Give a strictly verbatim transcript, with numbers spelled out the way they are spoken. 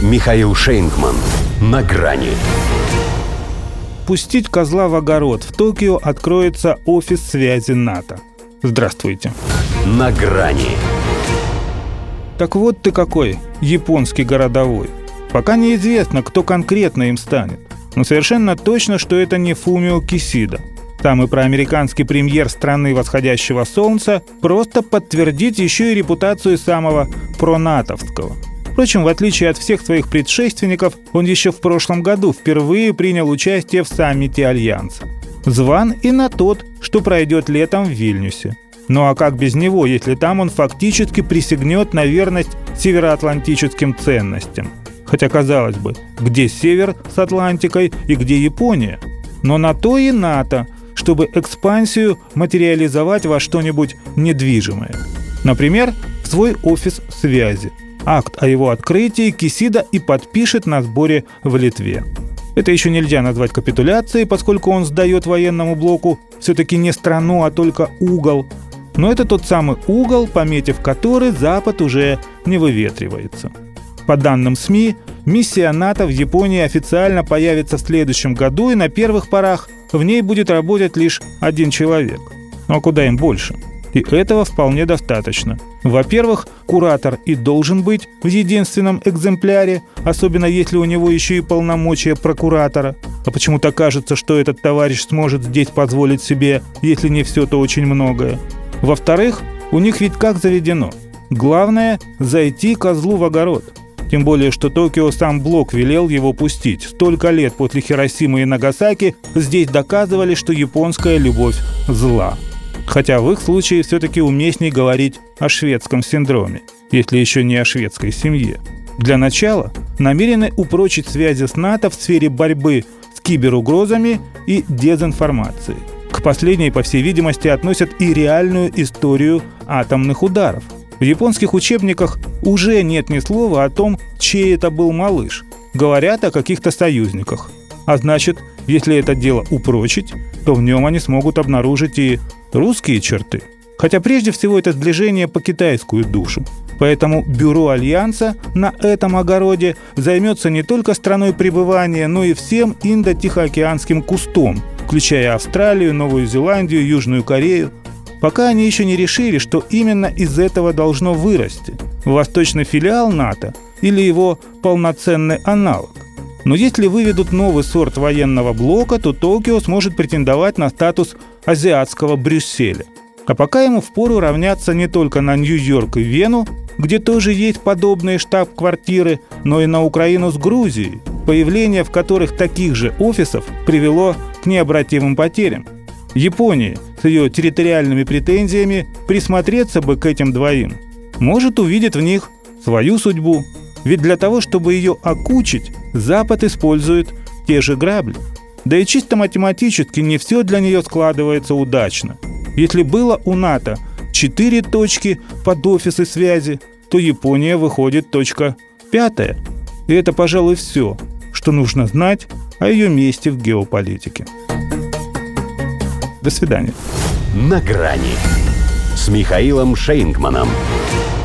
Михаил Шейнгман. На грани. Пустить козла в огород. В Токио откроется офис связи НАТО. Здравствуйте. На грани. Так вот ты какой, японский городовой. Пока неизвестно, кто конкретно им станет. Но совершенно точно, что это не Фумио Кисида. Самый проамериканский премьер страны восходящего солнца просто подтвердит еще и репутацию самого пронатовского. Впрочем, в отличие от всех своих предшественников, он еще в прошлом году впервые принял участие в саммите Альянса. Зван и на тот, что пройдет летом в Вильнюсе. Ну а как без него, если там он фактически присягнет на верность североатлантическим ценностям? Хотя, казалось бы, где север с Атлантикой и где Япония? Но на то и НАТО, чтобы экспансию материализовать во что-нибудь недвижимое. Например, в свой офис связи. Акт о его открытии Кисида и подпишет на сборе в Литве. Это еще нельзя назвать капитуляцией, поскольку он сдает военному блоку все-таки не страну, а только угол. Но это тот самый угол, пометив который, Запад уже не выветривается. По данным СМИ, миссия НАТО в Японии официально появится в следующем году, и на первых порах в ней будет работать лишь один человек. Ну а куда им больше? И этого вполне достаточно. Во-первых, куратор и должен быть в единственном экземпляре, особенно если у него еще и полномочия прокуратора. А почему-то кажется, что этот товарищ сможет здесь позволить себе, если не все, то очень многое. Во-вторых, у них ведь как заведено. Главное – зайти козлу в огород. Тем более, что Токио сам блок велел его пустить. Столько лет после Хиросимы и Нагасаки здесь доказывали, что японская любовь зла. Хотя в их случае все-таки уместней говорить о шведском синдроме, если еще не о шведской семье. Для начала намерены упрочить связи с НАТО в сфере борьбы с киберугрозами и дезинформацией. К последней, по всей видимости, относят и реальную историю атомных ударов. В японских учебниках уже нет ни слова о том, чей это был малыш. Говорят о каких-то союзниках. А значит, если это дело упрочить, то в нем они смогут обнаружить и русские черты. Хотя прежде всего это сближение по китайскую душу. Поэтому бюро Альянса на этом огороде займется не только страной пребывания, но и всем Индо-Тихоокеанским кустом, включая Австралию, Новую Зеландию, Южную Корею. Пока они еще не решили, что именно из этого должно вырасти – восточный филиал НАТО или его полноценный аналог. Но если выведут новый сорт военного блока, то Токио сможет претендовать на статус азиатского Брюсселя. А пока ему впору равняться не только на Нью-Йорк и Вену, где тоже есть подобные штаб-квартиры, но и на Украину с Грузией, появление в которых таких же офисов привело к необратимым потерям. Японии с ее территориальными претензиями присмотреться бы к этим двоим. Может, увидит в них свою судьбу. Ведь для того, чтобы ее окучить, Запад использует те же грабли. Да и чисто математически не все для нее складывается удачно. Если было у НАТО четыре точки под офисы связи, то Япония выходит точка пятая. И это, пожалуй, все, что нужно знать о ее месте в геополитике. До свидания. На грани с Михаилом Шейнгманом.